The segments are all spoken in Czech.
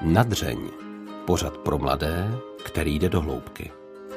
Nadřeň. Pořad pro mladé, který jde do hloubky.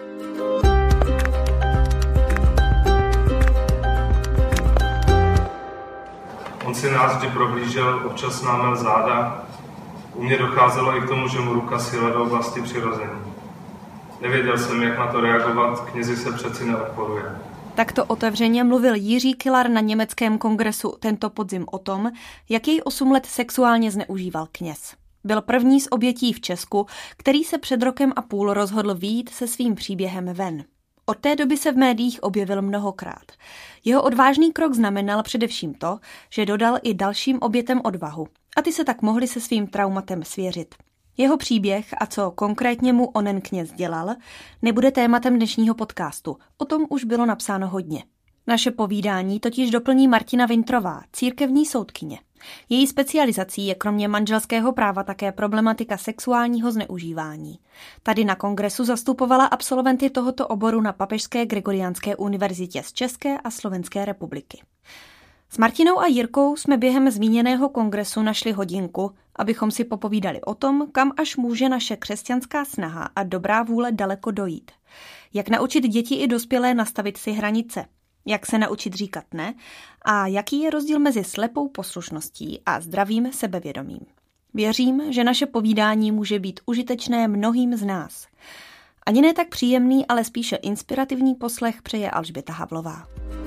On si nás vždy prohlížel, občas námel záda. U mě docházelo i k tomu, že mu ruka sjela do oblasti přirození. Nevěděl jsem, jak na to reagovat, knězi se přeci neodporuje. Takto otevřeně mluvil Jiří Kilar na německém kongresu tento podzim o tom, jak jej 8 let sexuálně zneužíval kněz. Byl první z obětí v Česku, který se před 1,5 rokem rozhodl vyjít se svým příběhem ven. Od té doby se v médiích objevil mnohokrát. Jeho odvážný krok znamenal především to, že dodal i dalším obětem odvahu. A ty se tak mohli se svým traumatem svěřit. Jeho příběh a co konkrétně mu onen kněz dělal, nebude tématem dnešního podcastu. O tom už bylo napsáno hodně. Naše povídání totiž doplní Martina Vintrová, církevní soudkyně. Její specializací je kromě manželského práva také problematika sexuálního zneužívání. Tady na kongresu zastupovala absolventy tohoto oboru na Papežské Gregoriánské univerzitě z České a Slovenské republiky. S Martinou a Jirkou jsme během zmíněného kongresu našli hodinku, abychom si popovídali o tom, kam až může naše křesťanská snaha a dobrá vůle daleko dojít. Jak naučit děti i dospělé nastavit si hranice. Jak se naučit říkat ne a jaký je rozdíl mezi slepou poslušností a zdravým sebevědomím. Věřím, že naše povídání může být užitečné mnohým z nás. Ani ne tak příjemný, ale spíše inspirativní poslech přeje Alžběta Havlová.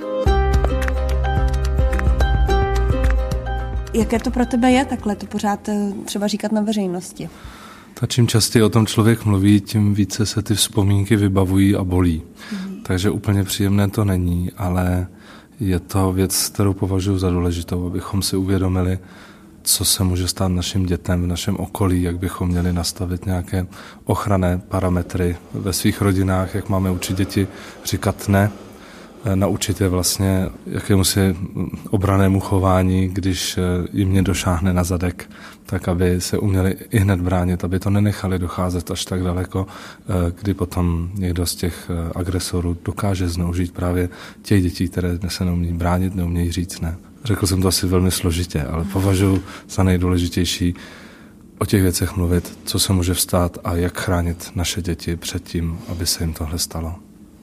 Jaké to pro tebe je takhle to pořád třeba říkat na veřejnosti? Čím častěji o tom člověk mluví, tím více se ty vzpomínky vybavují a bolí. Takže úplně příjemné to není, ale je to věc, kterou považuji za důležitou, abychom si uvědomili, co se může stát našim dětem v našem okolí, jak bychom měli nastavit nějaké ochranné parametry ve svých rodinách, jak máme učit děti říkat ne, naučit je vlastně jakémusi obrannému chování, když jim mě došáhne na zadek, tak aby se uměli i hned bránit, aby to nenechali docházet až tak daleko, kdy potom někdo z těch agresorů dokáže zneužít právě těch dětí, které se neumějí bránit, neumějí říct ne. Řekl jsem to asi velmi složitě, ale považuji za nejdůležitější o těch věcech mluvit, co se může stát a jak chránit naše děti před tím, aby se jim tohle stalo.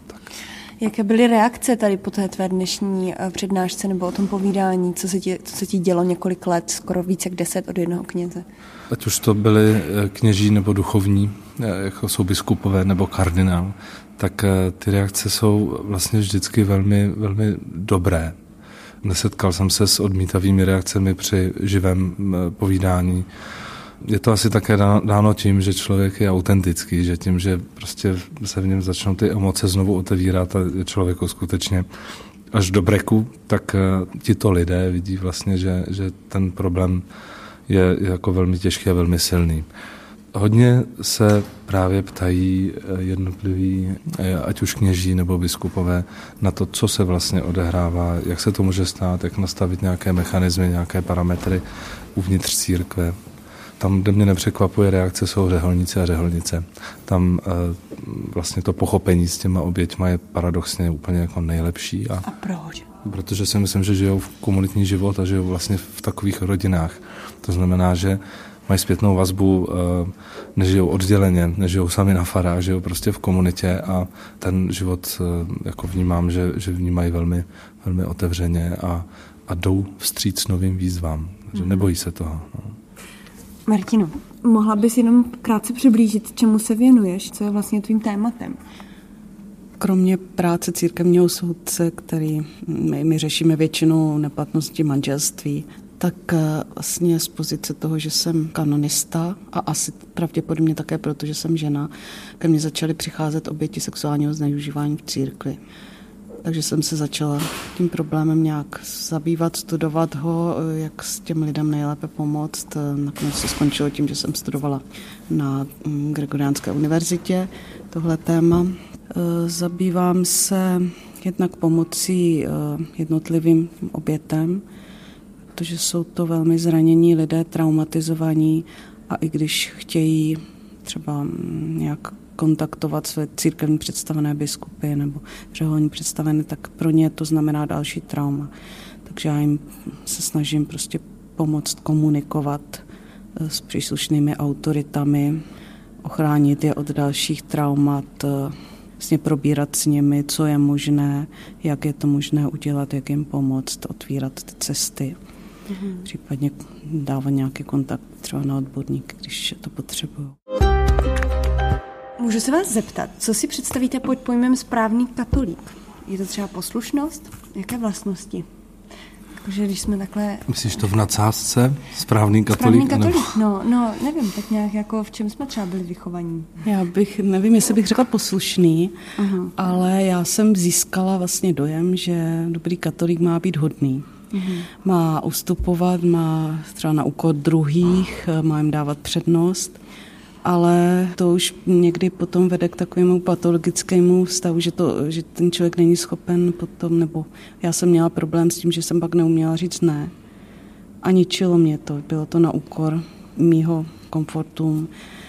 Jaké byly reakce tady po té tvé dnešní přednášce nebo o tom povídání, co se ti dělo několik let, skoro více jak 10 od jednoho kněze? Ať už to byli kněží nebo duchovní, jako jsou biskupové nebo kardinál, tak ty reakce jsou vlastně vždycky velmi, velmi dobré. Nesetkal jsem se s odmítavými reakcemi při živém povídání. Je to asi také dáno tím, že člověk je autentický, že tím, že prostě se v něm začnou ty emoce znovu otevírat a je člověku skutečně až do breku, tak tito lidé vidí vlastně, že ten problém je jako velmi těžký a velmi silný. Hodně se právě ptají jednotliví, ať už kněží nebo biskupové, na to, co se vlastně odehrává, jak se to může stát, jak nastavit nějaké mechanismy, nějaké parametry uvnitř církve. Tam, kde mě nepřekvapuje reakce, jsou řeholníci a řeholnice. Tam vlastně to pochopení s těma oběťma je paradoxně úplně jako nejlepší. A proč? Protože si myslím, že žijou v komunitní život a žijou vlastně v takových rodinách. To znamená, že mají zpětnou vazbu, nežijou odděleně, nežijou sami na farách, žijou prostě v komunitě a ten život jako vnímám, že vnímají velmi, velmi otevřeně a jdou vstříc novým výzvám. Že nebojí se toho. No. Martino, mohla bys jenom krátce přiblížit, čemu se věnuješ, co je vlastně tvým tématem? Kromě práce církevního soudce, který my řešíme většinou neplatnosti manželství, tak vlastně z pozice toho, že jsem kanonista a asi pravděpodobně také proto, že jsem žena, ke mně začaly přicházet oběti sexuálního zneužívání v církvi. Takže jsem se začala tím problémem nějak zabývat, studovat ho, jak s těm lidem nejlépe pomoct. Nakonec to skončilo tím, že jsem studovala na Gregoriánské univerzitě tohle téma. Zabývám se jednak pomocí jednotlivým obětem, protože jsou to velmi zranění lidé, traumatizovaní a i když chtějí třeba nějak kontaktovat své církevní představené biskupy nebo řeholní představené, tak pro ně to znamená další trauma. Takže já jim se snažím prostě pomoct komunikovat s příslušnými autoritami, ochránit je od dalších traumat, vlastně probírat s nimi, co je možné, jak je to možné udělat, jak jim pomoct, otvírat ty cesty. Případně dávat nějaký kontakt třeba na odborníky, když to potřebují. Můžu se vás zeptat, co si představíte pod pojmem správný katolík? Je to třeba poslušnost? Jaké vlastnosti? Takže když jsme takhle... Myslíš to v nadsázce? Správný katolík? Správný katolík, no, nevím, tak nějak jako v čem jsme třeba byli vychovaní? Já nevím, jestli bych řekla poslušný, ale já jsem získala vlastně dojem, že dobrý katolík má být hodný. Má ustupovat, má třeba na úkor druhých, má jim dávat přednost, ale to už někdy potom vede k takovému patologickému stavu, že ten člověk není schopen potom, nebo já jsem měla problém s tím, že jsem pak neuměla říct ne. A ničilo mě to, bylo to na úkor mýho komfortu.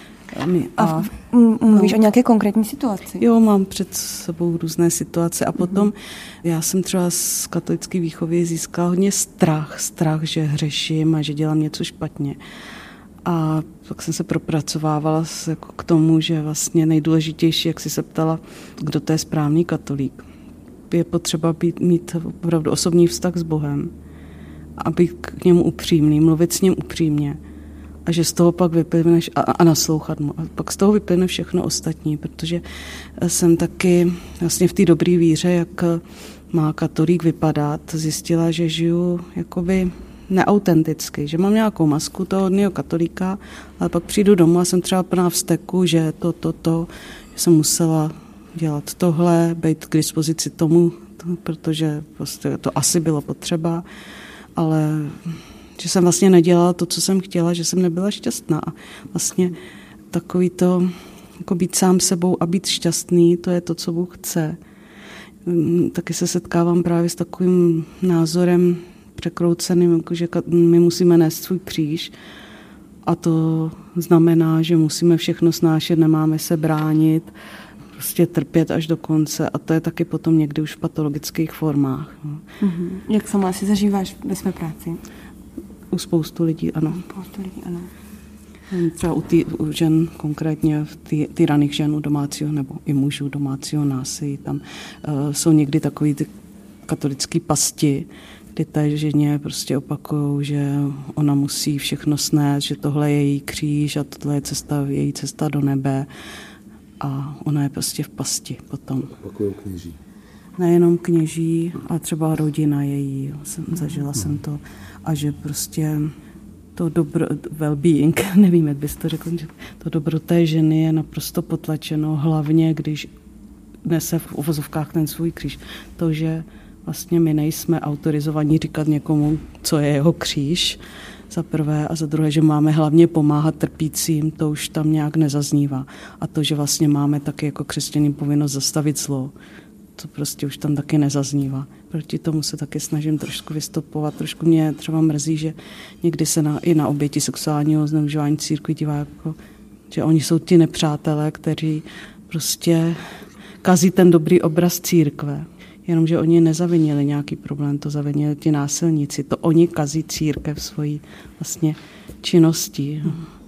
Mluvíš o nějaké konkrétní situaci? Jo, mám před sebou různé situace a potom já jsem třeba z katolické výchovy získala hodně strach, že hřeším a že dělám něco špatně. A pak jsem se propracovávala jako k tomu, že vlastně nejdůležitější, jak jsi se ptala, kdo to je správný katolík. Je potřeba mít opravdu osobní vztah s Bohem a být k němu upřímný, mluvit s ním upřímně. A že z toho pak vyplyneš a naslouchat mu. A pak z toho vyplyne všechno ostatní, protože jsem taky vlastně v té dobré víře, jak má katolík vypadat, zjistila, že žiju jakoby neautenticky, že mám nějakou masku toho hodného katolíka, ale pak přijdu domů a jsem třeba plná vzteku, že že jsem musela dělat tohle, být k dispozici tomu, protože prostě to asi bylo potřeba, ale že jsem vlastně nedělala to, co jsem chtěla, že jsem nebyla šťastná. A vlastně takový to, jako být sám sebou a být šťastný, to je to, co Bůh chce. Taky se setkávám právě s takovým názorem překrouceným, jako že my musíme nést svůj kříž a to znamená, že musíme všechno snášet, nemáme se bránit, prostě trpět až do konce a to je taky potom někdy už v patologických formách. Jak sama asi zažíváš ve své práci? U spoustu lidí, ano. Třeba u žen, konkrétně týraných žen, u domácího nebo i mužů domácího násilí, tam jsou někdy takový ty katolický pasti, kdy té ženě prostě opakujou, že ona musí všechno snést, že tohle je její kříž a tohle je její cesta do nebe a ona je prostě v pasti potom. Opakujou kněží. Nejenom kněží, ale třeba rodina její, zažila jsem to. A že prostě to well-being, nevím, jak bys to řekl, že to dobro té ženy je naprosto potlačeno, hlavně když nese v uvozovkách ten svůj kříž. To, že vlastně my nejsme autorizovaní říkat někomu, co je jeho kříž, za prvé, a za druhé, že máme hlavně pomáhat trpícím, to už tam nějak nezaznívá. A to, že vlastně máme taky jako křesťaní povinnost zastavit zlo, to prostě už tam taky nezaznívá. Proti tomu se taky snažím trošku vystupovat. Trošku mě třeba mrzí, že někdy se i na oběti sexuálního zneužívání církvi dívá, jako, že oni jsou ti nepřátelé, kteří prostě kazí ten dobrý obraz církve. Jenomže oni nezavinili nějaký problém, to zavinili ti násilníci. To oni kazí církev svojí vlastně činností.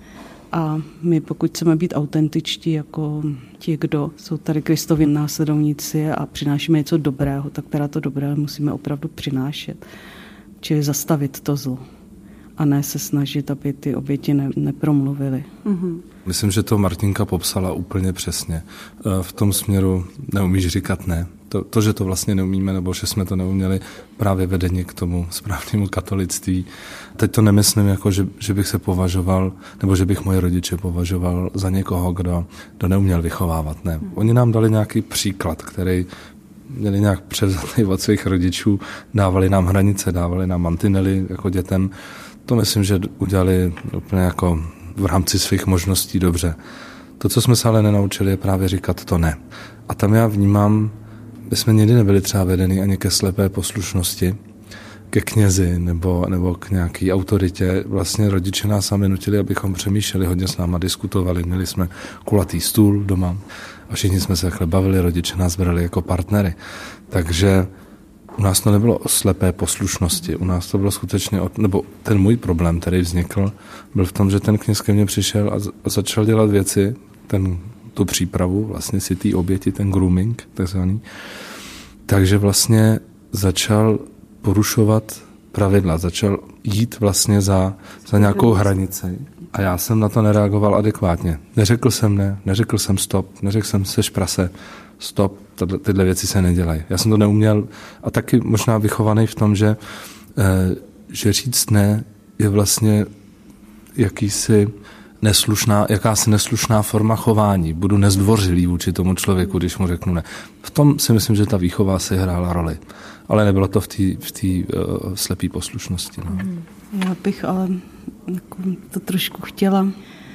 A my, pokud chceme být autentičtí jako ti, kdo jsou tady Kristovi následovníci a přinášíme něco dobrého, tak teda to dobré musíme opravdu přinášet. Čili zastavit to zlo. A ne se snažit, aby ty oběti nepromluvily. Myslím, že to Martinka popsala úplně přesně. V tom směru neumíš říkat ne. To, že to vlastně neumíme, nebo že jsme to neuměli, právě vedení k tomu správnému katolictví. Teď to nemyslím, jako že bych se považoval, nebo že bych moje rodiče považoval za někoho, kdo neuměl vychovávat. Ne. Oni nám dali nějaký příklad, který měli nějak převzatý od svých rodičů, dávali nám hranice, dávali nám mantinely jako dětem. To myslím, že udělali úplně jako v rámci svých možností dobře. To, co jsme se ale nenaučili, je právě říkat to ne. A tam já vnímám, my jsme nikdy nebyli třeba vedeni ani ke slepé poslušnosti, ke knězi nebo k nějaký autoritě. Vlastně rodiče nás sami nutili, abychom přemýšleli, hodně s náma diskutovali. Měli jsme kulatý stůl doma a všichni jsme se takhle bavili, rodiče nás brali jako partnery. Takže U nás to nebylo o slepé poslušnosti, u nás to bylo skutečně, nebo ten můj problém, který vznikl, byl v tom, že ten kněz ke mně přišel a začal dělat věci, tu přípravu, vlastně si té oběti, ten grooming takzvaný, takže vlastně začal porušovat pravidla, začal jít vlastně za nějakou hranici a já jsem na to nereagoval adekvátně. Neřekl jsem ne, neřekl jsem stop, neřekl jsem seš prase, stop, tyhle věci se nedělají. Já jsem to neuměl a taky možná vychovaný v tom, že říct ne je vlastně jakási neslušná forma chování. Budu nezdvořilý vůči tomu člověku, když mu řeknu ne. V tom si myslím, že ta výchova si hrála roli. Ale nebylo to v té slepé poslušnosti. No. Já bych ale to trošku chtěla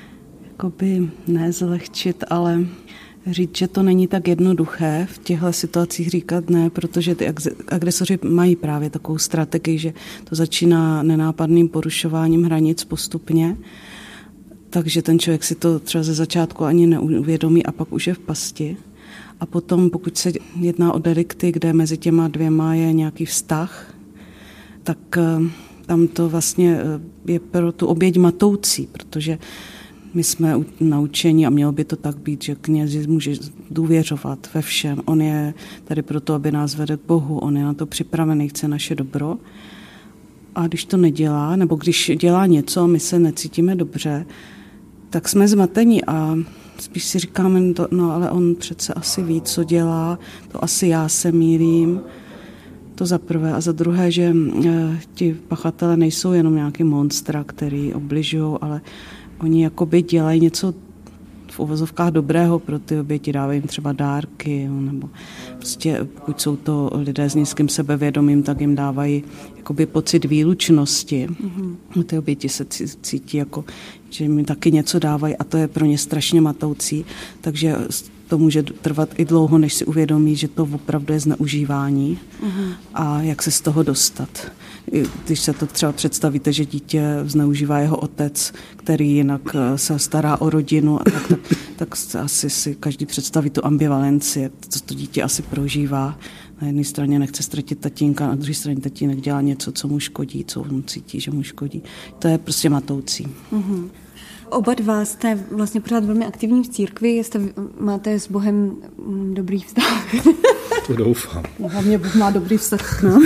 ne zlehčit, ale říct, že to není tak jednoduché v těchto situacích říkat ne, protože ty agresoři mají právě takovou strategii, že to začíná nenápadným porušováním hranic postupně, takže ten člověk si to třeba ze začátku ani neuvědomí a pak už je v pasti. A potom, pokud se jedná o delikty, kde mezi těma dvěma je nějaký vztah, tak tam to vlastně je pro tu oběť matoucí, protože my jsme naučeni, a mělo by to tak být, že kněz může důvěřovat ve všem. On je tady proto, aby nás vedl k Bohu, on je na to připravený, chce naše dobro. A když to nedělá, nebo když dělá něco, my se necítíme dobře, tak jsme zmatení a spíš si říkáme, no ale on přece asi ví, co dělá, to asi já se mýlím. To za prvé. A za druhé, že ti pachatelé nejsou jenom nějaký monstra, který obližují, ale oni jakoby dělají něco v uvozovkách dobrého pro ty oběti, dávají jim třeba dárky, nebo prostě pokud jsou to lidé s nízkým sebevědomím, tak jim dávají jakoby pocit výlučnosti. Mm-hmm. Ty oběti se cítí jako, že jim taky něco dávají a to je pro ně strašně matoucí, takže to může trvat i dlouho, než si uvědomí, že to opravdu je zneužívání a jak se z toho dostat. Když se to třeba představíte, že dítě zneužívá jeho otec, který jinak se stará o rodinu, tak asi si každý představí tu ambivalenci, co to dítě asi prožívá. Na jedné straně nechce ztratit tatínka, na druhé straně tatínek dělá něco, co mu škodí, co on cítí, že mu škodí. To je prostě matoucí. Mm-hmm. Oba dva jste vlastně pořád velmi aktivní v církvi, máte s Bohem dobrý vztah. To doufám. Hlavně Bůh má dobrý vztah. No.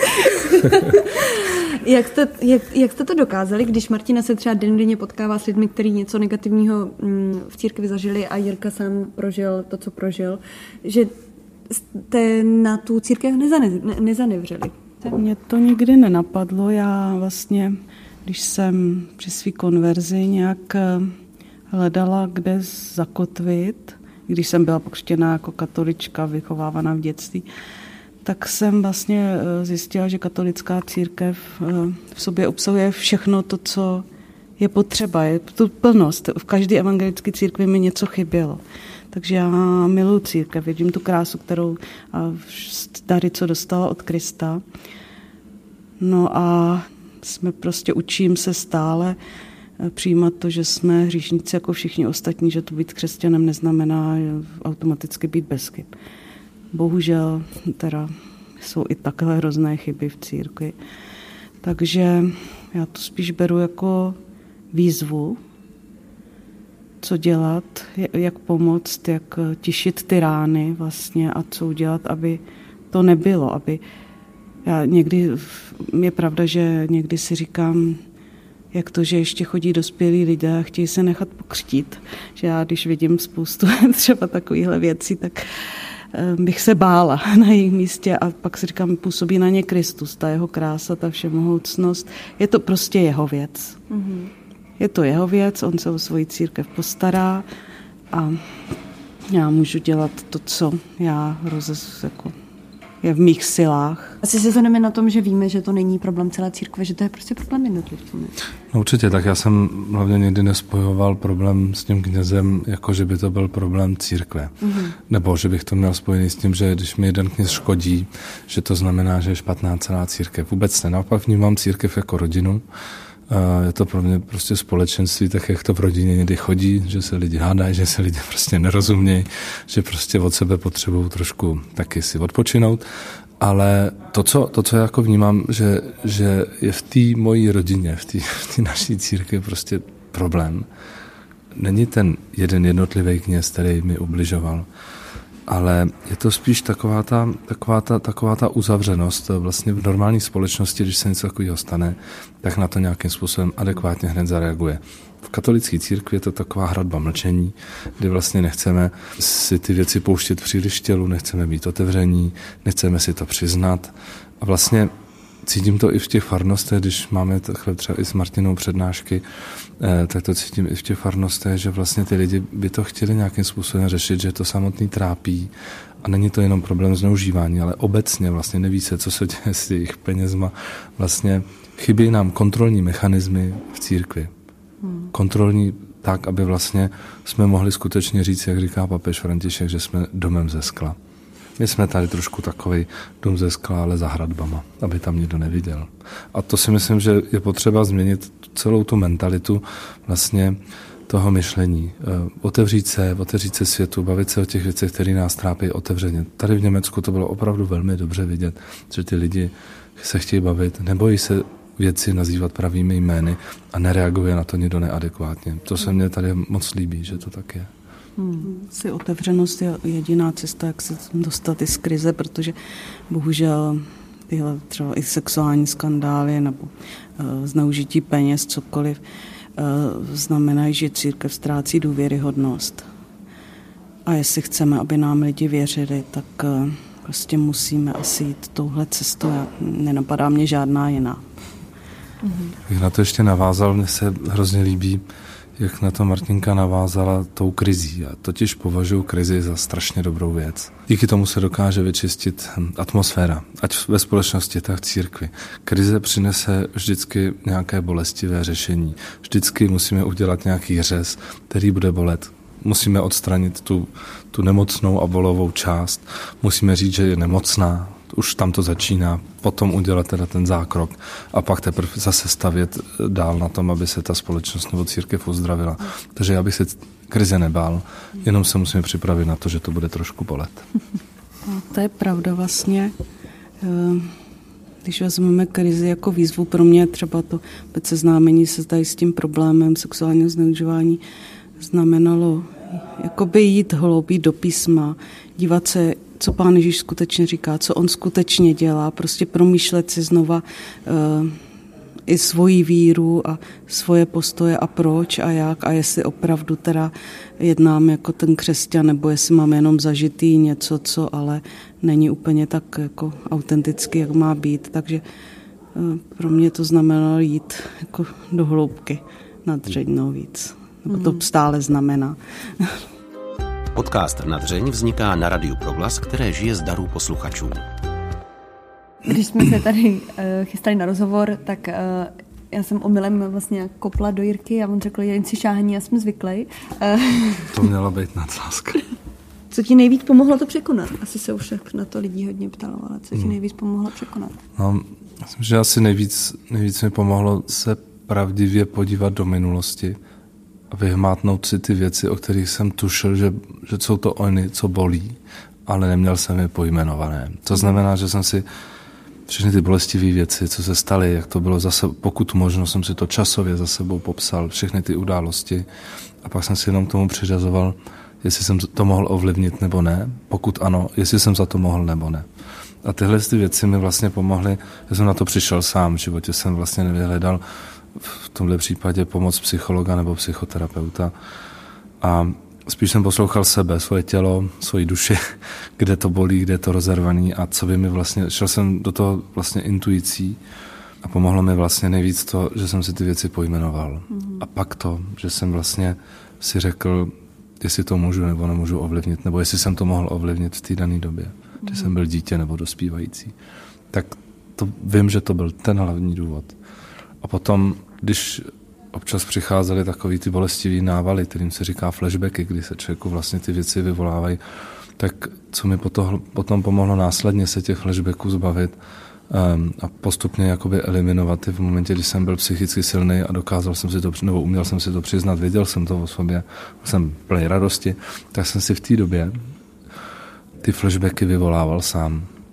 Jak jste to dokázali, když Martina se třeba denně potkává s lidmi, kteří něco negativního v církvi zažili a Jirka sám prožil to, co prožil, že jste na tu církev nezanevřeli? Mě to nikdy nenapadlo. Já vlastně, když jsem při své konverzi nějak hledala, kde zakotvit, když jsem byla pokřtěná jako katolička, vychovávaná v dětství, tak jsem vlastně zjistila, že katolická církev v sobě obsahuje všechno to, co je potřeba, je tu plnost. V každé evangelické církvi mi něco chybělo. Takže já miluji církev, vidím tu krásu, kterou a dary, co dostala od Krista. No a učím se stále přijímat to, že jsme hříšníci jako všichni ostatní, že to být křesťanem neznamená automaticky být bez chyb. Bohužel teda jsou i takhle hrozné chyby v církvi. Takže já to spíš beru jako výzvu, co dělat, jak pomoct, jak tišit ty rány vlastně a co udělat, aby to nebylo. Je pravda, že někdy si říkám, jak to, že ještě chodí dospělí lidé a chtějí se nechat pokřtít. Že já, když vidím spoustu třeba takovýchhle věcí, tak bych se bála na jejich místě a pak si říkám, působí na ně Kristus, ta jeho krása, ta všemohoucnost. Je to prostě jeho věc. Mm-hmm. Je to jeho věc, on se o svoji církev postará a já můžu dělat to, co já je v mých silách. Asi se shodneme na tom, že víme, že to není problém celé církve, že to je prostě problém jednotlivců. No určitě, tak já jsem hlavně nikdy nespojoval problém s tím knězem, jako že by to byl problém církve. Mm-hmm. Nebo že bych to měl spojený s tím, že když mi jeden kněz škodí, že to znamená, že je špatná celá církev. Vůbec ne, naopak vnímám církev jako rodinu. Je to pro mě prostě společenství, tak jak to v rodině někdy chodí, že se lidi hádají, že se lidi prostě nerozumějí, že prostě od sebe potřebují trošku taky si odpočinout. Ale to, co jako vnímám, že je v té mojí rodině, v té naší církvi prostě problém. Není ten jeden jednotlivý kněz, který mi ubližoval, ale je to spíš taková ta uzavřenost. Vlastně v normální společnosti, když se něco takového stane, tak na to nějakým způsobem adekvátně hned zareaguje. V katolické církvi je to taková hradba mlčení, kdy vlastně nechceme si ty věci pouštět příliš tělu, nechceme být otevření, nechceme si to přiznat. A vlastně cítím to i v těch farnostech, když máme takhle třeba i s Martinou přednášky, tak to cítím i v těch farnostech, že vlastně ty lidi by to chtěli nějakým způsobem řešit, že to samotný trápí a není to jenom problém zneužívání, ale obecně vlastně neví se, co se děje s jejich penězma. Vlastně chybí nám kontrolní mechanismy v církvi. Kontrolní tak, aby vlastně jsme mohli skutečně říct, jak říká papež František, že jsme domem ze skla. My jsme tady trošku takovej dům ze skla, ale za hradbama, aby tam nikdo neviděl. A to si myslím, že je potřeba změnit celou tu mentalitu vlastně toho myšlení. Otevřít se světu, bavit se o těch věcech, které nás trápí otevřeně. Tady v Německu to bylo opravdu velmi dobře vidět, že ty lidi se chtějí bavit, nebojí se věci nazývat pravými jmény a nereaguje na to nikdo neadekvátně. To se mně tady moc líbí, že to tak je. Asi otevřenost je jediná cesta, jak se dostat i z krize, protože bohužel tyhle třeba i sexuální skandály nebo zneužití peněz, cokoliv, znamenají, že církev ztrácí důvěryhodnost. A jestli chceme, aby nám lidi věřili, tak prostě musíme asi jít touhle cestou. Nenapadá mě žádná jiná. Jak na to ještě navázal, mně se hrozně líbí, jak na to Martinka navázala tou krizí. Já totiž považuji krizi za strašně dobrou věc. Díky tomu se dokáže vyčistit atmosféra, ať ve společnosti, tak v církvi. Krize přinese vždycky nějaké bolestivé řešení. Vždycky musíme udělat nějaký řez, který bude bolet. Musíme odstranit tu nemocnou a bolovou část. Musíme říct, že je nemocná. Už tam to začíná, potom udělat teda ten zákrok a pak teprve zase stavět dál na tom, aby se ta společnost nebo církev uzdravila. Takže já bych se krize nebál, jenom se musíme připravit na to, že to bude trošku bolet. No, to je pravda vlastně. Když vezmeme krizi jako výzvu, pro mě třeba to seznámení se tady s tím problémem sexuálního zneužívání znamenalo jakoby jít hloubí do písma, dívat se, co Pán Ježíš skutečně říká, co on skutečně dělá, prostě promýšlet si znova i svoji víru a svoje postoje a proč a jak a jestli opravdu teda jednám jako ten křesťan, nebo jestli mám jenom zažitý něco, co ale není úplně tak jako autenticky, jak má být. Takže pro mě to znamenalo jít jako do hloubky nadřeďnou víc. Nebo to stále znamená. Podcast Nadřeň vzniká na Radiu Proglas, které žije z darů posluchačů. Když jsme se tady chystali na rozhovor, tak já jsem omylem vlastně kopla do Jirky a on řekl, jen si šáhání, já jsem zvyklej. To měla být nadsázka. Co ti nejvíc pomohlo to překonat? Asi se už na to lidi hodně ptalo, ale co ti nejvíc pomohlo překonat? No, myslím, že asi nejvíc mi pomohlo se pravdivě podívat do minulosti a vyhmátnout si ty věci, o kterých jsem tušil, že jsou to ony, co bolí, ale neměl jsem je pojmenované. To znamená, že jsem si všechny ty bolestivé věci, co se staly, jak to bylo zase, pokud možno, jsem si to časově za sebou popsal, všechny ty události a pak jsem si jenom k tomu přiřazoval, jestli jsem to mohl ovlivnit nebo ne, pokud ano, jestli jsem za to mohl nebo ne. A tyhle ty věci mi vlastně pomohly, že jsem na to přišel sám, v životě jsem vlastně nevyhledal v tomhle případě pomoc psychologa nebo psychoterapeuta a spíš jsem poslouchal sebe, svoje tělo, svoji duši, kde to bolí, kde je to rozervaný a co by mi vlastně, šel jsem do toho vlastně intuicí a pomohlo mi vlastně nejvíc to, že jsem si ty věci pojmenoval. A pak to, že jsem vlastně si řekl, jestli to můžu nebo nemůžu ovlivnit, nebo jestli jsem to mohl ovlivnit v té dané době, když jsem byl dítě nebo dospívající. Tak to vím, že to byl ten hlavní důvod. A potom, když občas přicházely takový ty bolestivý návaly, kterým se říká flashbacky, kdy se člověku vlastně ty věci vyvolávají, tak co mi potom pomohlo následně se těch flashbacků zbavit a postupně jakoby eliminovat v momentě, kdy jsem byl psychicky silný a dokázal jsem si to, nebo uměl jsem si to přiznat, věděl jsem to o sobě, jsem plný radosti, tak jsem si v té době ty flashbacky vyvolával sám.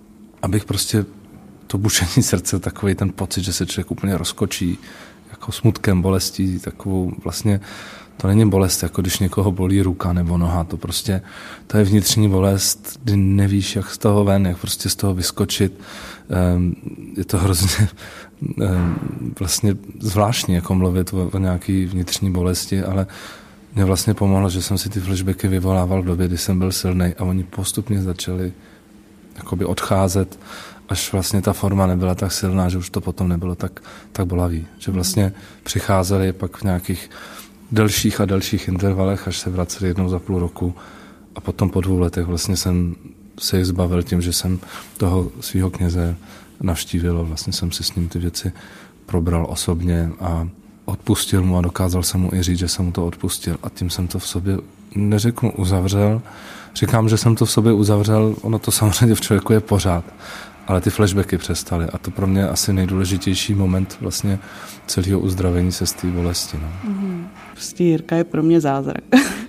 abych prostě to bušení srdce, takový ten pocit, že se člověk úplně rozkočí, jako smutkem, bolestí, takovou vlastně, to není bolest, jako když někoho bolí ruka nebo noha, to je vnitřní bolest, kdy nevíš, jak z toho ven, jak prostě z toho vyskočit. Je to hrozně vlastně zvláštní, jako mluvit o nějaký vnitřní bolesti, ale mě vlastně pomohlo, že jsem si ty flashbacky vyvolával v době, kdy jsem byl silnej a oni postupně začali jakoby odcházet, až vlastně ta forma nebyla tak silná, že už to potom nebylo tak bolavý. Že vlastně přicházeli pak v nějakých delších a delších intervalech, až se vraceli jednou za půl roku a potom po 2 letech vlastně jsem se jich zbavil tím, že jsem toho svého kněze navštívil a vlastně jsem si s ním ty věci probral osobně a odpustil mu a dokázal jsem mu i říct, že jsem mu to odpustil a tím jsem to v sobě, neřeknu uzavřel, říkám, že jsem to v sobě uzavřel, ono to samozřejmě v člověku je pořád, ale ty flashbacky přestaly a to pro mě asi nejdůležitější moment vlastně celého uzdravení se z té bolesti. No. Prostě Jirka je pro mě zázrak.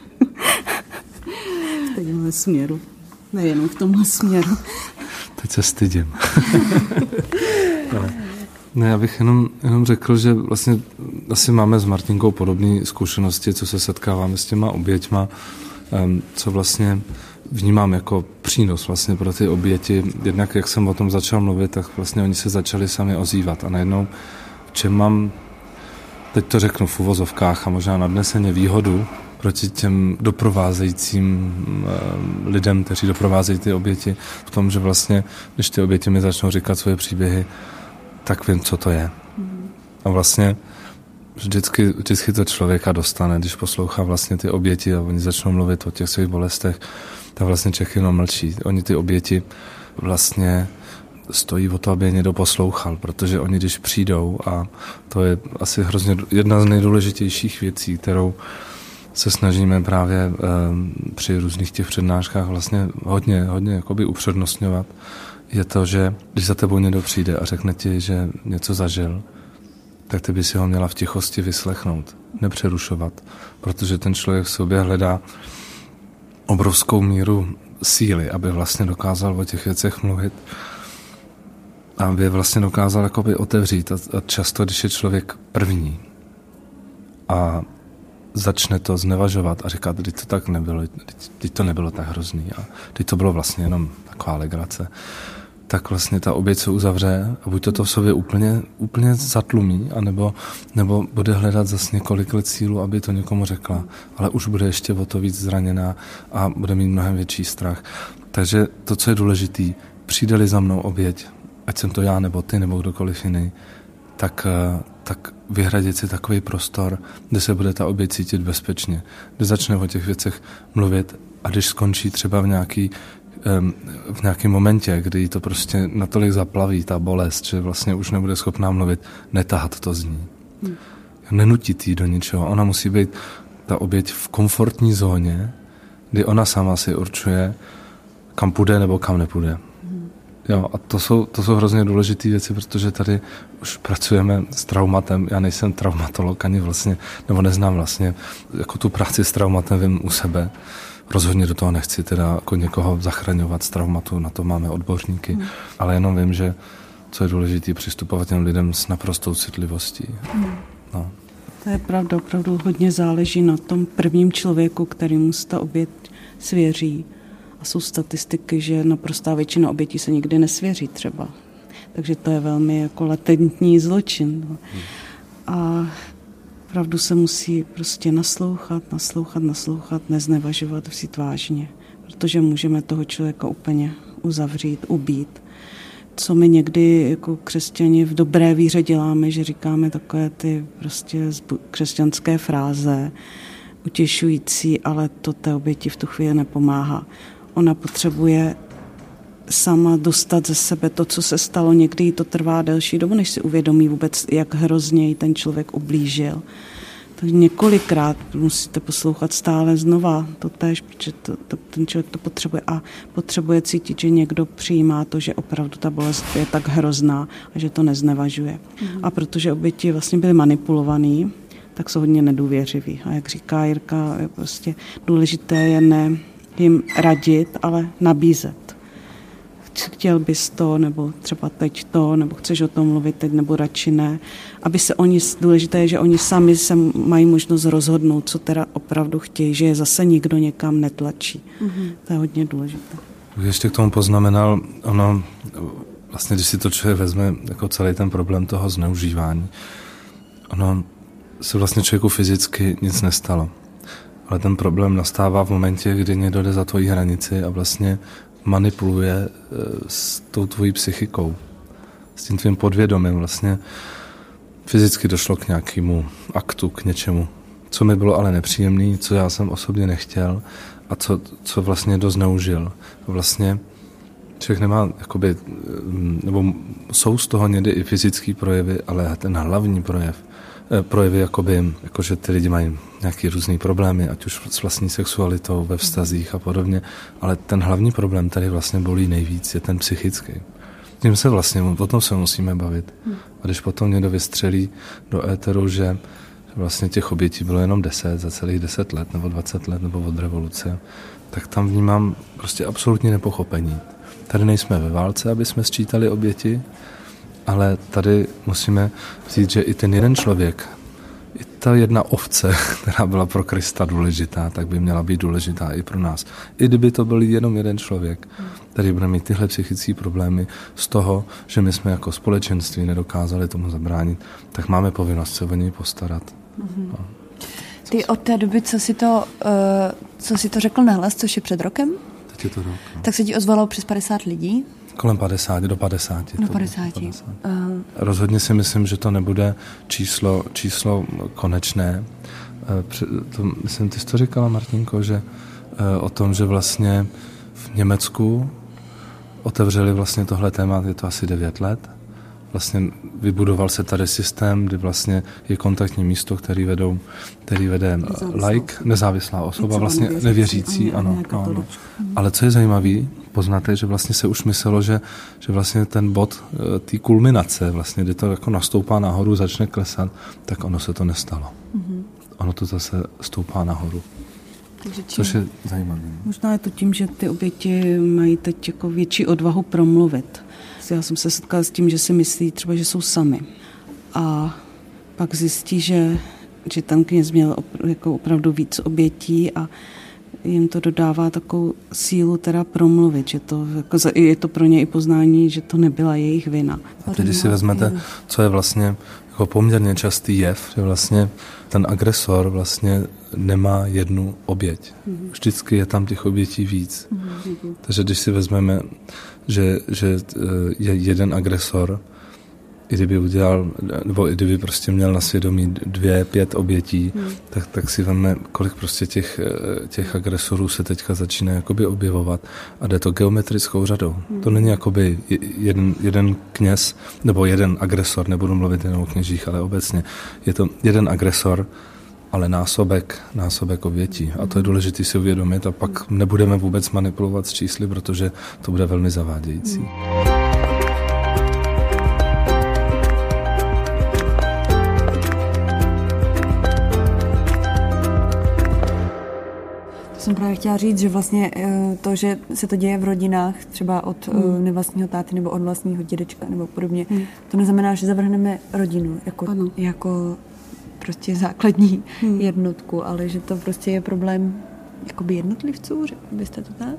V tomhle směru. Nejenom v tomhle směru. Teď se stydím. Ne, já bych jenom řekl, že vlastně asi máme s Martinkou podobné zkušenosti, co se setkáváme s těma oběťma, co vlastně vnímám jako přínos vlastně pro ty oběti. Jednak, jak jsem o tom začal mluvit, tak vlastně oni se začali sami ozývat a najednou, v čem mám, teď to řeknu v uvozovkách a možná nadneseně výhodu proti těm doprovázejícím lidem, kteří doprovázejí ty oběti, v tom, že vlastně, když ty oběti mi začnou říkat svoje příběhy, tak vím, co to je. A vlastně vždycky to člověka dostane, když poslouchá vlastně ty oběti a oni začnou mluvit o těch svých bolestech, tak vlastně Čech jenom mlčí. Oni ty oběti vlastně stojí o to, aby je někdo poslouchal, protože oni, když přijdou, a to je asi hrozně jedna z nejdůležitějších věcí, kterou se snažíme právě při různých těch přednáškách vlastně hodně jakoby upřednostňovat, je to, že když za tebou někdo přijde a řekne ti, že něco zažil, tak ty by si ho měla v tichosti vyslechnout, nepřerušovat, protože ten člověk v sobě hledá obrovskou míru síly, aby vlastně dokázal o těch věcech mluvit, aby vlastně dokázal jakoby otevřít a často, když je člověk první a začne to znevažovat a říkat, teď to tak nebylo, teď to nebylo tak hrozný a teď to bylo vlastně jenom taková legrace, tak vlastně ta oběť se uzavře a buď to v sobě úplně zatlumí, nebo bude hledat zase několik let sílu, aby to někomu řekla, ale už bude ještě o to víc zraněná a bude mít mnohem větší strach. Takže to, co je důležitý, přijde-li za mnou oběť, ať jsem to já, nebo ty, nebo kdokoliv jiný, tak vyhradit si takový prostor, kde se bude ta oběť cítit bezpečně, kde začne o těch věcech mluvit a když skončí třeba v nějakém momentě, kdy jí to prostě natolik zaplaví, ta bolest, že vlastně už nebude schopná mluvit, netahat to z ní. Nenutit jí do ničeho. Ona musí být, ta oběť, v komfortní zóně, kdy ona sama si určuje, kam půjde nebo kam nepůjde. Jo, a to jsou hrozně důležité věci, protože tady už pracujeme s traumatem. Já nejsem traumatolog ani vlastně, nebo neznám vlastně, jako tu práci s traumatem vím u sebe. Rozhodně do toho nechci teda jako někoho zachraňovat z traumatu, na to máme odborníky, ale jenom vím, že co je důležité, přistupovat těm lidem s naprostou citlivostí. No. To je pravda, opravdu hodně záleží na tom prvním člověku, kterému se ta oběť svěří. A jsou statistiky, že naprostá většina obětí se nikdy nesvěří třeba. Takže to je velmi jako latentní zločin. A opravdu se musí prostě naslouchat, neznevažovat, vzít vážně, protože můžeme toho člověka úplně uzavřít, ubít. Co my někdy jako křesťani v dobré víře děláme, že říkáme takové ty prostě křesťanské fráze, utěšující, ale to té oběti v tu chvíli nepomáhá. Ona potřebuje sama dostat ze sebe to, co se stalo. Někdy jí to trvá delší dobu, než si uvědomí vůbec, jak hrozně jí ten člověk ublížil. Tak několikrát musíte poslouchat stále znova totéž, protože ten člověk to potřebuje a potřebuje cítit, že někdo přijímá to, že opravdu ta bolest je tak hrozná a že to neznevažuje. A protože oběti vlastně byly manipulovaný, tak jsou hodně nedůvěřiví. A jak říká Jirka, je prostě důležité je ne jim radit, ale nabízet. chtěl bys to, nebo třeba teď to, nebo chceš o tom mluvit teď, nebo radši ne. Aby se oni, důležité je, že oni sami se mají možnost rozhodnout, co teda opravdu chtějí, že je zase nikdo někam netlačí. To je hodně důležité. Ještě k tomu poznamenal, ono, vlastně když si to člověk vezme jako celý ten problém toho zneužívání, ono se vlastně člověku fyzicky nic nestalo. Ale ten problém nastává v momentě, kdy někdo jde za tvojí hranici a vlastně manipuluje s tou tvojí psychikou, s tím tvým podvědomím. Vlastně fyzicky došlo k nějakému aktu, k něčemu, co mi bylo ale nepříjemný, co já jsem osobně nechtěl a co vlastně dozneužil. Vlastně člověk nemá, jakoby, nebo jsou z toho někdy i fyzické projevy, ale ten hlavní projevy, jakože ty lidi mají nějaké různé problémy, ať už s vlastní sexualitou, ve vztazích a podobně, ale ten hlavní problém tady vlastně bolí nejvíc, je ten psychický. Tím se vlastně, o tom se musíme bavit. A když potom někdo vystřelí do éteru, že vlastně těch obětí bylo jenom 10 za celých 10 let, nebo 20 let, nebo od revoluce, tak tam vnímám prostě absolutní nepochopení. Tady nejsme ve válce, aby jsme sčítali oběti, ale tady musíme vzít, že i ten jeden člověk, i ta jedna ovce, která byla pro Krista důležitá, tak by měla být důležitá i pro nás. I kdyby to byl jenom jeden člověk, který bude mít tyhle psychické problémy z toho, že my jsme jako společenství nedokázali tomu zabránit, tak máme povinnost se o něj postarat. No. Ty od té doby, co si to řekl nahlas, což je před rokem? Teď je to rok. No. Tak se ti ozvalo přes 50 lidí? Kolem 50, do 50. Do 50. Rozhodně si myslím, že to nebude číslo konečné. Myslím, ty jsi to říkala, Martinko, že o tom, že vlastně v Německu otevřeli vlastně tohle téma, je to asi 9 let. Vlastně vybudoval se tady systém, kdy vlastně je kontaktní místo, který vede nezávislá osoba, vlastně nevěřící, ano. Ale co je zajímavé, poznáte, že vlastně se už myslelo, že vlastně ten bod té kulminace, vlastně, kdy to jako nastoupá nahoru, začne klesat, tak ono se to nestalo. Ono to zase stoupá nahoru. Což je zajímavé. Možná je to tím, že ty oběti mají teď jako větší odvahu promluvit. Já jsem se setkala s tím, že si myslí třeba, že jsou sami. A pak zjistí, že ten kněz měl jako opravdu víc obětí a jim to dodává takovou sílu teda promluvit, že to, jako, je to pro ně i poznání, že to nebyla jejich vina. A teď, když si vezmete, co je vlastně jako poměrně častý jev, že vlastně ten agresor vlastně nemá jednu oběť. Vždycky je tam těch obětí víc. Takže když si vezmeme, že je jeden agresor, i kdyby udělal, nebo i kdyby prostě měl na svědomí 2-5 obětí, tak si veme, kolik prostě těch agresorů se teďka začíná jakoby objevovat a jde to geometrickou řadou. To není jakoby jeden kněz, nebo jeden agresor, nebudu mluvit jenom o kněžích, ale obecně. Je to jeden agresor, ale násobek obětí. A to je důležité si uvědomit a pak nebudeme vůbec manipulovat s čísly, protože to bude velmi zavádějící. Jsem právě chtěla říct, že vlastně to, že se to děje v rodinách, třeba od nevlastního táty nebo od vlastního dědečka nebo podobně, to neznamená, že zavrhneme rodinu jako prostě základní jednotku, ale že to prostě je problém jakoby jednotlivců, řekl byste to tak?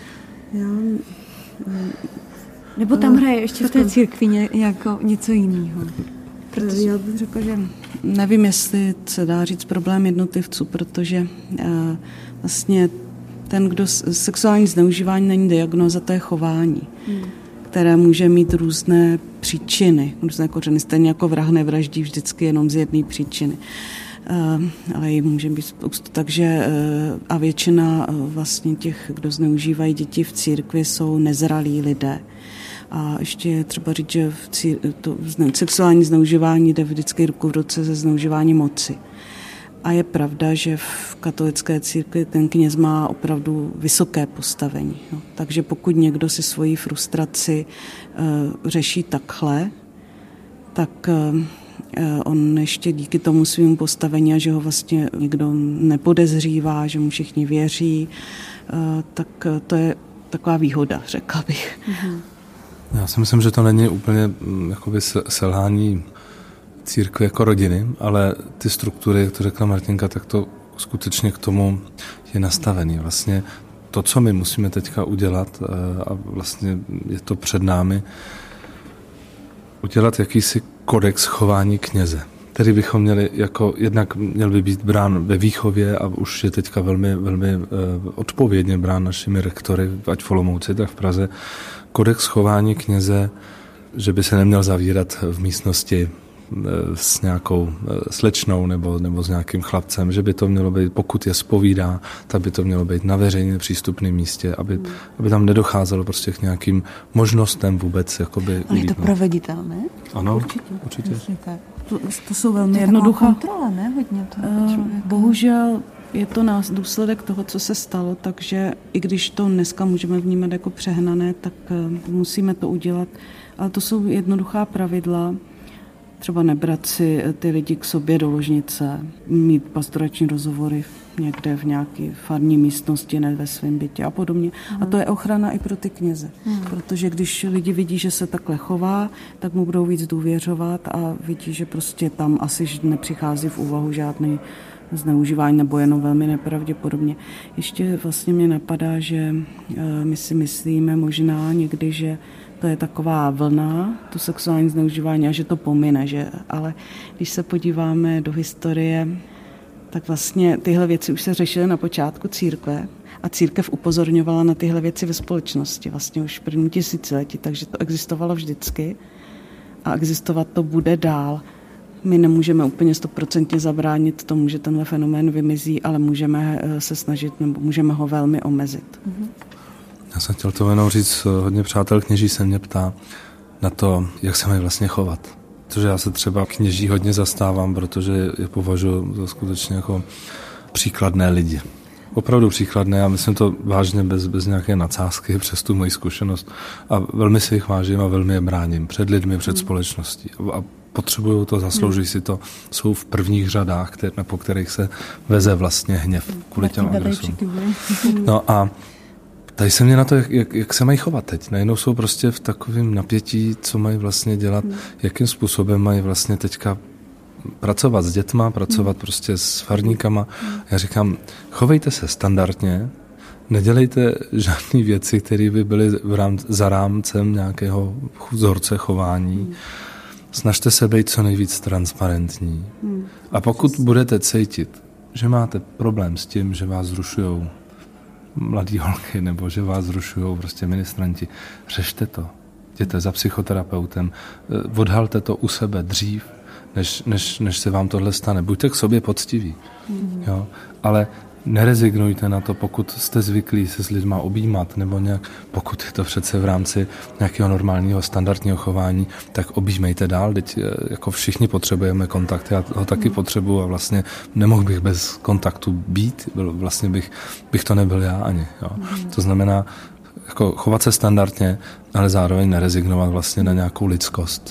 Nebo tam hraje ještě v té církvi jako něco jiného? Já bych řekla, že nevím, jestli se dá říct problém jednotlivců, protože vlastně ten, kdo sexuální zneužívání není diagnóza, to je chování, které může mít různé příčiny, různé kořeny, stejně jako vrah nevraždí vždycky jenom z jedné příčiny. Ale jí může být spoustu. Takže a většina vlastně těch, kdo zneužívají děti v církvi, jsou nezralí lidé. A ještě je třeba říct, že to sexuální zneužívání jde vždycky ruku v ruce se zneužívání moci. A je pravda, že v katolické církvi ten kněz má opravdu vysoké postavení. No. Takže pokud někdo si svoji frustraci řeší takhle, tak on ještě díky tomu svému postavení a že ho vlastně nikdo nepodezřívá, že mu všichni věří, tak to je taková výhoda, řekla bych. Já si myslím, že to není úplně jakoby selhání církve jako rodiny, ale ty struktury, jak to řekla Martinka, tak to skutečně k tomu je nastavený. Vlastně to, co my musíme teďka udělat, a vlastně je to před námi, udělat jakýsi kodex chování kněze, který bychom měli jako, jednak měl by být brán ve výchově a už je teďka velmi, velmi odpovědně brán našimi rektory, ať v Olomouci, tak v Praze, kodex chování kněze, že by se neměl zavírat v místnosti s nějakou slečnou nebo s nějakým chlapcem, že by to mělo být, pokud je zpovídá, tak by to mělo být na veřejně přístupném místě, aby tam nedocházelo prostě k nějakým možnostem vůbec jakoby. Ale je to proveditelné? Ano, určitě. To jsou velmi jednoduchá kontrola, ne? Hodně to. Bohužel je to důsledek toho, co se stalo, takže i když to dneska můžeme vnímat jako přehnané, tak musíme to udělat. Ale to jsou jednoduchá pravidla, třeba nebrat si ty lidi k sobě do ložnice, mít pastorační rozhovory někde v nějaké farní místnosti, ne ve svém bytě a podobně. A to je ochrana i pro ty kněze, protože když lidi vidí, že se takhle chová, tak mu budou víc důvěřovat a vidí, že prostě tam asi nepřichází v úvahu žádný zneužívání nebo jenom velmi nepravděpodobně. Ještě vlastně mě napadá, že my si myslíme možná někdy, že to je taková vlna, to sexuální zneužívání a že to pomine, ale když se podíváme do historie, tak vlastně tyhle věci už se řešily na počátku církve a církev upozorňovala na tyhle věci ve společnosti vlastně už v prvním tisíciletí, takže to existovalo vždycky a existovat to bude dál. My nemůžeme úplně 100% zabránit tomu, že tenhle fenomén vymizí, ale můžeme se snažit nebo můžeme ho velmi omezit. Já jsem chtěl to jenom říct, hodně přátel kněží se mě ptá na to, jak se mají vlastně chovat. Protože já se třeba kněží hodně zastávám, protože je považuji za skutečně jako příkladné lidi. Opravdu příkladné, já myslím to vážně bez nějaké nadsázky přes tu moji zkušenost. A velmi si jich vážím a velmi je bráním před lidmi, před společností. A potřebují to, zaslouží si to, jsou v prvních řadách, po kterých se veze vlastně hněv kvůli těm agresům. No a tady se mě na to, jak se mají chovat teď. Najednou jsou prostě v takovém napětí, co mají vlastně dělat, jakým způsobem mají vlastně teďka pracovat s dětma, pracovat prostě s farníkama. Já říkám, chovejte se standardně, nedělejte žádné věci, které by byly za rámcem nějakého vzorce chování. Snažte se být co nejvíc transparentní. A pokud budete cítit, že máte problém s tím, že vás zrušujou mladý holky, nebo že vás zrušujou prostě ministranti, řešte to. Jděte za psychoterapeutem, odhalte to u sebe dřív, než se vám tohle stane. Buďte k sobě poctiví. Jo? Ale nerezignujte na to, pokud jste zvyklí se s lidma objímat, nebo nějak, pokud je to přece v rámci nějakého normálního standardního chování, tak objímejte dál, teď jako všichni potřebujeme kontakt, já ho taky potřebuju a vlastně nemohl bych bez kontaktu být, vlastně bych to nebyl já ani. Jo. To znamená jako chovat se standardně, ale zároveň nerezignovat vlastně na nějakou lidskost.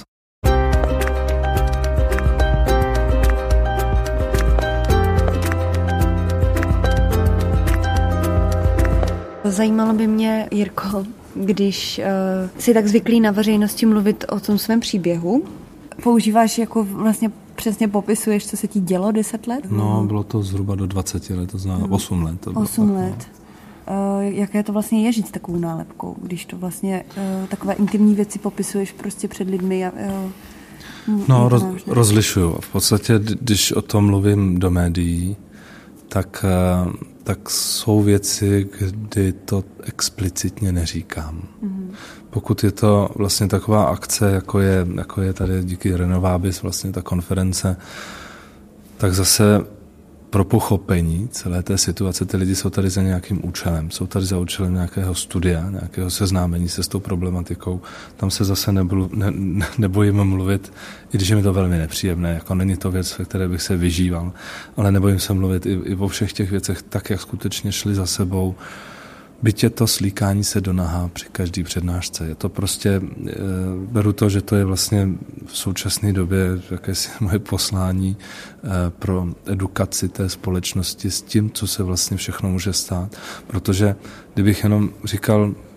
Zajímalo by mě, Jirko, když jsi tak zvyklý na veřejnosti mluvit o tom svém příběhu, používáš jako vlastně přesně popisuješ, co se ti dělo 10 let? No, bylo to zhruba do 20 let, to znamená 8 let. 8 let. Jaké to vlastně je žít s takovou nálepkou, když to vlastně takové intimní věci popisuješ prostě před lidmi? No, rozlišuju. V podstatě, když o tom mluvím do médií, tak jsou věci, kdy to explicitně neříkám. Pokud je to vlastně taková akce, jako je tady díky Renovabis vlastně ta konference, tak zase pro pochopení celé té situace ty lidi jsou tady za nějakým účelem. Jsou tady za účelem nějakého studia, nějakého seznámení se s tou problematikou. Tam se zase nebojím mluvit, i když je mi to velmi nepříjemné, jako není to věc, ve které bych se vyžíval, ale nebojím se mluvit i o všech těch věcech tak, jak skutečně šli za sebou. Byť je to slíkání se do naha při každý přednášce. Je to prostě, beru to, že to je vlastně v současné době jakési moje poslání pro edukaci té společnosti s tím, co se vlastně všechno může stát. Protože kdybych jenom říkal,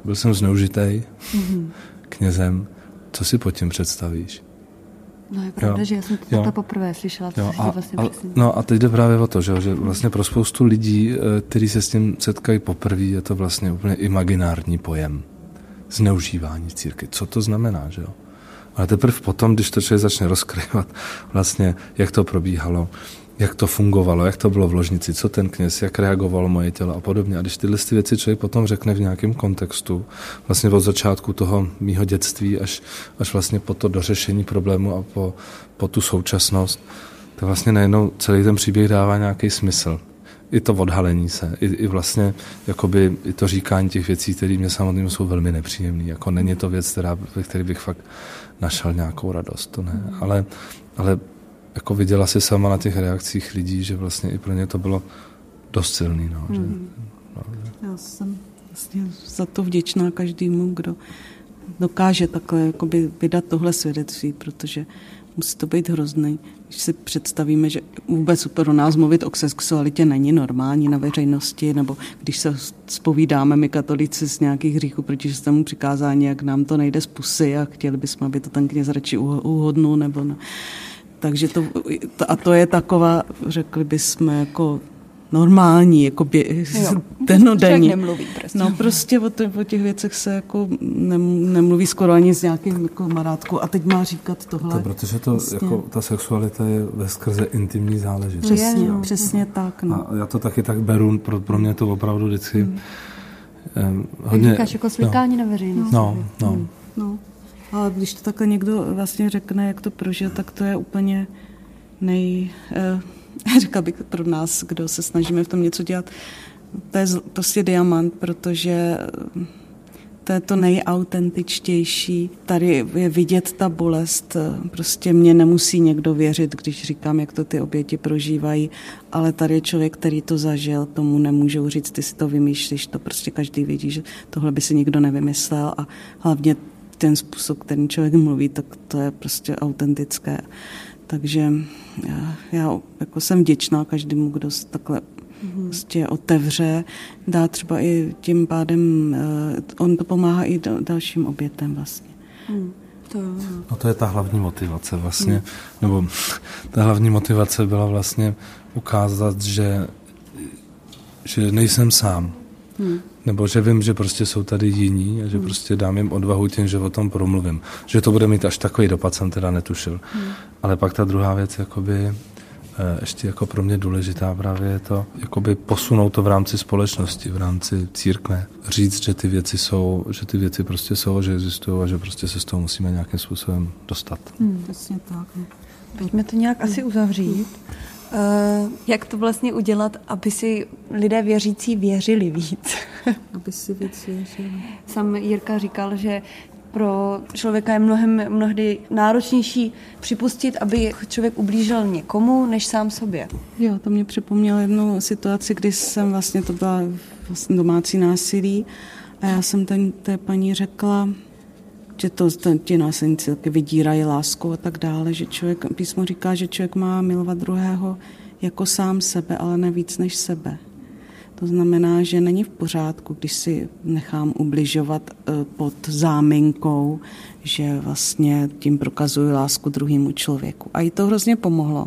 byl jsem zneužitej knězem, co si pod tím představíš? No je pravda, že já jsem to poprvé slyšela, co se vlastně přesně. No a teď jde právě o to, že vlastně pro spoustu lidí, kteří se s tím setkají poprvé, je to vlastně úplně imaginární pojem. Zneužívání církve. Co to znamená, že jo? Ale teprve potom, když to člověk začne rozkryvat, vlastně, jak to probíhalo, jak to fungovalo, jak to bylo v ložnici, co ten kněz, jak reagovalo moje tělo a podobně. A když tyhle věci člověk potom řekne v nějakém kontextu, vlastně od začátku toho mýho dětství až vlastně po to dořešení problému a po tu současnost, to vlastně najednou celý ten příběh dává nějaký smysl. I to odhalení se, i vlastně jakoby, i to říkání těch věcí, které mě samotným jsou velmi nepříjemné. Jako není to věc, ve které bych fakt našel nějakou radost, to ne. Ale jako viděla si sama na těch reakcích lidí, že vlastně i pro ně to bylo dost silný. No, že. Já jsem vlastně za to vděčná každému, kdo dokáže takhle jakoby vydat tohle svědectví, protože musí to být hrozný. Když si představíme, že vůbec pro nás mluvit o sexualitě není normální na veřejnosti, nebo když se zpovídáme my katolíci z nějakých hříchů proti šestému přikázání, jak nám to nejde z pusy a chtěli bychom, aby to ten kněz radši uhodnul, nebo ne. Takže to je taková, řekli bychom, jako normální, jako dennodenní. Nemluví prostě. No prostě o těch věcech se jako nemluví skoro ani s nějakým jako kamarádkou a teď má říkat tohle. Protože to, jako, ta sexualita je veskrze intimní záležitost. Přesně tak. No. A já to taky tak beru, pro mě to opravdu vždycky hodně... Jak říkáš, jako svlikání na veřejnosti. No. Ale když to takhle někdo vlastně řekne, jak to prožil, tak to je úplně řekla bych pro nás, kdo se snažíme v tom něco dělat, to je prostě diamant, protože to je to nejautentičtější. Tady je vidět ta bolest, prostě mě nemusí někdo věřit, když říkám, jak to ty oběti prožívají, ale tady je člověk, který to zažil, tomu nemůžou říct, ty si to vymýšlíš, to prostě každý vidí, že tohle by si nikdo nevymyslel a hlavně ten způsob, kterým člověk mluví, tak to je prostě autentické. Takže já jako jsem vděčná každému, kdo se takhle prostě otevře, dá třeba i tím pádem, on to pomáhá i dalším obětem vlastně. No to je ta hlavní motivace vlastně, nebo ta hlavní motivace byla vlastně ukázat, že nejsem sám. Nebo že vím, že prostě jsou tady jiní a že prostě dám jim odvahu tím, že o tom promluvím. Že to bude mít až takový dopad, jsem teda netušil. Ale pak ta druhá věc, jakoby, ještě jako pro mě důležitá právě je to, jakoby posunout to v rámci společnosti, v rámci církve. Říct, že ty věci jsou, že ty věci prostě jsou, že existují a že prostě se z toho musíme nějakým způsobem dostat. Přesně tak. Pojďme to nějak asi uzavřít. Jak to vlastně udělat, aby si lidé věřící věřili víc? Aby si víc věřili. Sam Jirka říkal, že pro člověka je mnohdy náročnější připustit, aby člověk ublížil někomu, než sám sobě. Jo, to mě připomnělo jednu situaci, kdy jsem vlastně, to byla vlastně domácí násilí a já jsem té paní řekla, že ti násilníci taky vydírají lásku a tak dále, že písmo říká, že člověk má milovat druhého jako sám sebe, ale ne víc než sebe. To znamená, že není v pořádku, když si nechám ubližovat pod záminkou, že vlastně tím prokazuji lásku druhému člověku. A jí to hrozně pomohlo.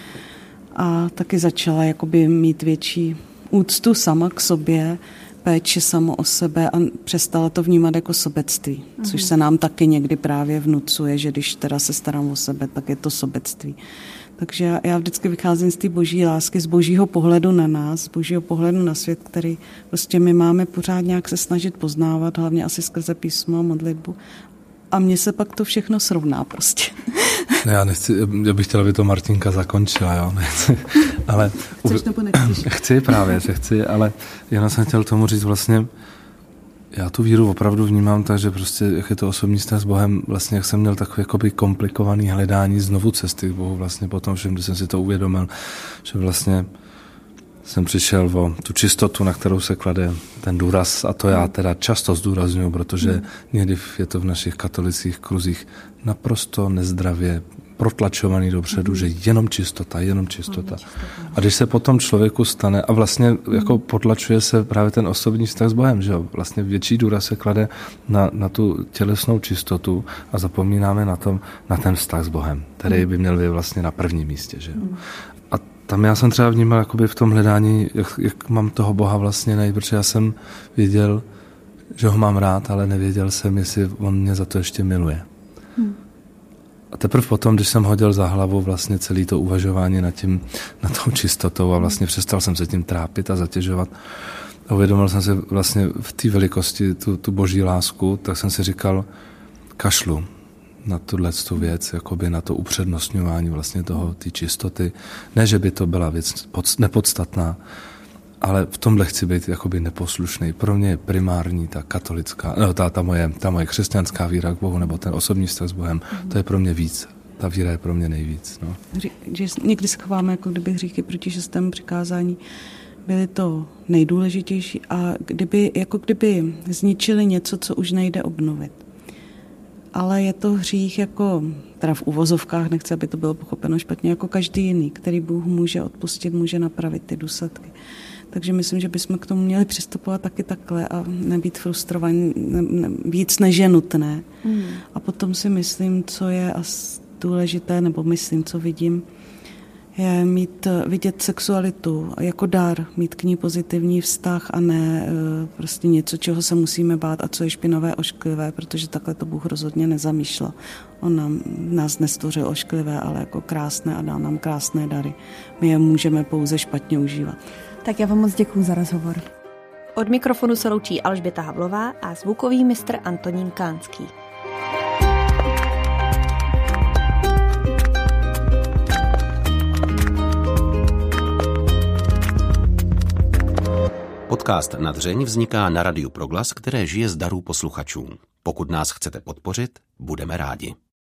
A taky začala jakoby mít větší úctu sama k sobě, péči samo o sebe a přestala to vnímat jako sobectví, což se nám taky někdy právě vnucuje, že když teda se starám o sebe, tak je to sobectví. Takže já vždycky vycházím z té boží lásky, z božího pohledu na nás, z božího pohledu na svět, který prostě my máme pořád nějak se snažit poznávat, hlavně asi skrze písmo a modlitbu. A mně se pak to všechno srovná prostě. Já bych chtěla, aby to Martinka zakončila, jo. Ale chceš nebo nechceš? Chci právě, že chci, ale jenom jsem chtěl tomu říct vlastně, já tu víru opravdu vnímám tak, že prostě, jak je to osobní vztah s Bohem, vlastně jak jsem měl takové jakoby komplikované hledání znovu cesty k Bohu vlastně potom všem, když jsem si to uvědomil, že vlastně jsem přišel o tu čistotu, na kterou se klade ten důraz, a to já teda často zdůrazňuji, protože někdy je to v našich katolických kruzích naprosto nezdravě protlačovaný dopředu, že jenom čistota. A když se potom člověku stane, a vlastně jako potlačuje se právě ten osobní vztah s Bohem, že jo? Vlastně větší důraz se klade na tu tělesnou čistotu a zapomínáme na ten vztah s Bohem, který by měl být vlastně na prvním místě, že jo? A tam já jsem třeba vnímal jakoby v tom hledání, jak mám toho Boha vlastně najít, protože já jsem věděl, že ho mám rád, ale nevěděl jsem, jestli on mě za to ještě miluje. A teprve potom, když jsem hodil za hlavu vlastně celé to uvažování nad tou čistotou a vlastně přestal jsem se tím trápit a zatěžovat a uvědomil jsem si vlastně v té velikosti tu boží lásku, tak jsem si říkal, kašlu na tuto věc, jakoby na to upřednostňování vlastně té čistoty. Ne, že by to byla věc nepodstatná, ale v tomhle chci být jakoby neposlušný. Pro mě je primární ta katolická, ta moje křesťanská víra k Bohu, nebo ten osobní vztah s Bohem, to je pro mě víc. Ta víra je pro mě nejvíc. No. Že někdy se chováme, jako kdyby hříchy proti 6. přikázání byly to nejdůležitější a kdyby zničili něco, co už nejde obnovit. Ale je to hřích jako, teda v uvozovkách, nechci, aby to bylo pochopeno špatně, jako každý jiný, který Bůh může odpustit, může napravit ty důsledky. Takže myslím, že bychom k tomu měli přistupovat taky takhle a nebýt frustrovaní víc než je nutné. A potom si myslím, co je důležité, nebo myslím, co vidím, je vidět sexualitu jako dar, mít k ní pozitivní vztah a ne prostě něco, čeho se musíme bát a co je špinavé, ošklivé, protože takhle to Bůh rozhodně nezamýšlel. On nás nestvořil ošklivé, ale jako krásné a dal nám krásné dary. My je můžeme pouze špatně užívat. Tak já vám moc děkuju za rozhovor. Od mikrofonu se loučí Alžběta Havlová a zvukový mistr Antonín Kánský. Podcast Na dřeň vzniká na Radiu Proglas, které žije z darů posluchačů. Pokud nás chcete podpořit, budeme rádi.